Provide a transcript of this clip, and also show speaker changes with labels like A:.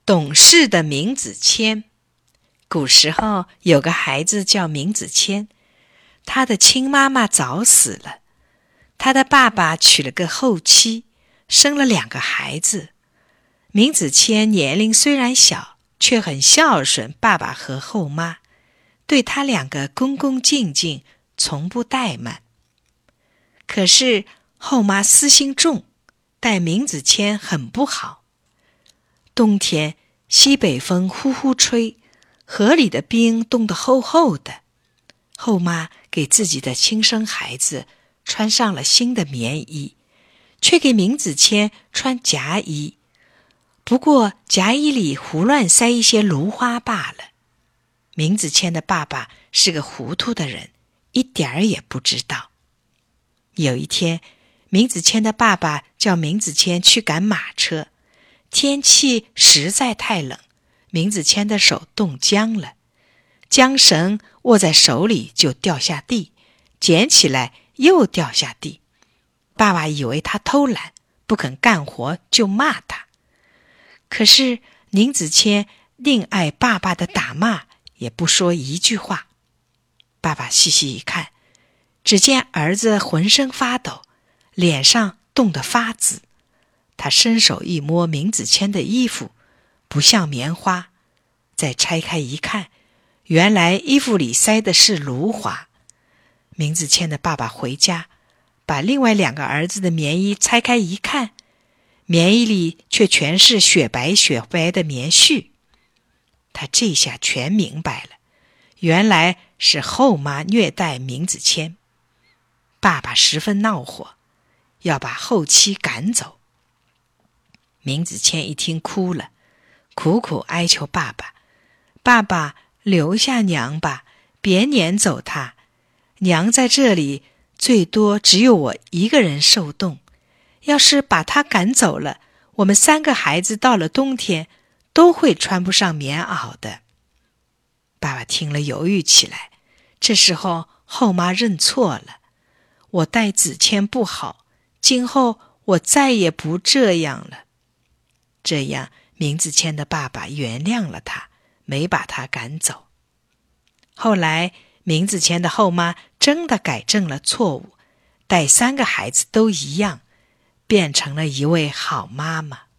A: 懂事的明子谦。古时候有个孩子叫明子谦，他的亲妈妈早死了，他的爸爸娶了个后妻，生了2个孩子。明子谦年龄虽然小，却很孝顺爸爸和后妈，对他2个恭恭敬敬，从不怠慢。可是后妈私心重，待明子谦很不好。冬天西北风呼呼吹，河里的冰冻得厚厚的。后妈给自己的亲生孩子穿上了新的棉衣，却给明子谦穿夹衣，不过夹衣里胡乱塞一些芦花罢了。明子谦的爸爸是个糊涂的人，一点儿也不知道。有一天，明子谦的爸爸叫明子谦去赶马车，天气实在太冷，明子谦的手冻僵了，缰绳握在手里就掉下地，捡起来又掉下地。爸爸以为他偷懒，不肯干活，就骂他。可是明子谦宁挨爸爸的打骂，也不说一句话。爸爸细细一看，只见儿子浑身发抖，脸上冻得发紫。他伸手一摸明子谦的衣服，不像棉花，再拆开一看，原来衣服里塞的是芦花。明子谦的爸爸回家，把另外2个儿子的棉衣拆开一看，棉衣里却全是雪白雪白的棉絮。他这下全明白了，原来是后妈虐待明子谦。爸爸十分恼火，要把后妻赶走。明子谦一听哭了，苦苦哀求爸爸：爸爸，留下娘吧，别撵走她。娘在这里最多只有我一个人受冻，要是把她赶走了，我们3个孩子到了冬天都会穿不上棉袄的。爸爸听了犹豫起来，这时候后妈认错了：我待子谦不好，今后我再也不这样了。这样明子谦的爸爸原谅了他，没把他赶走。后来明子谦的后妈真的改正了错误，待3个孩子都一样，变成了一位好妈妈。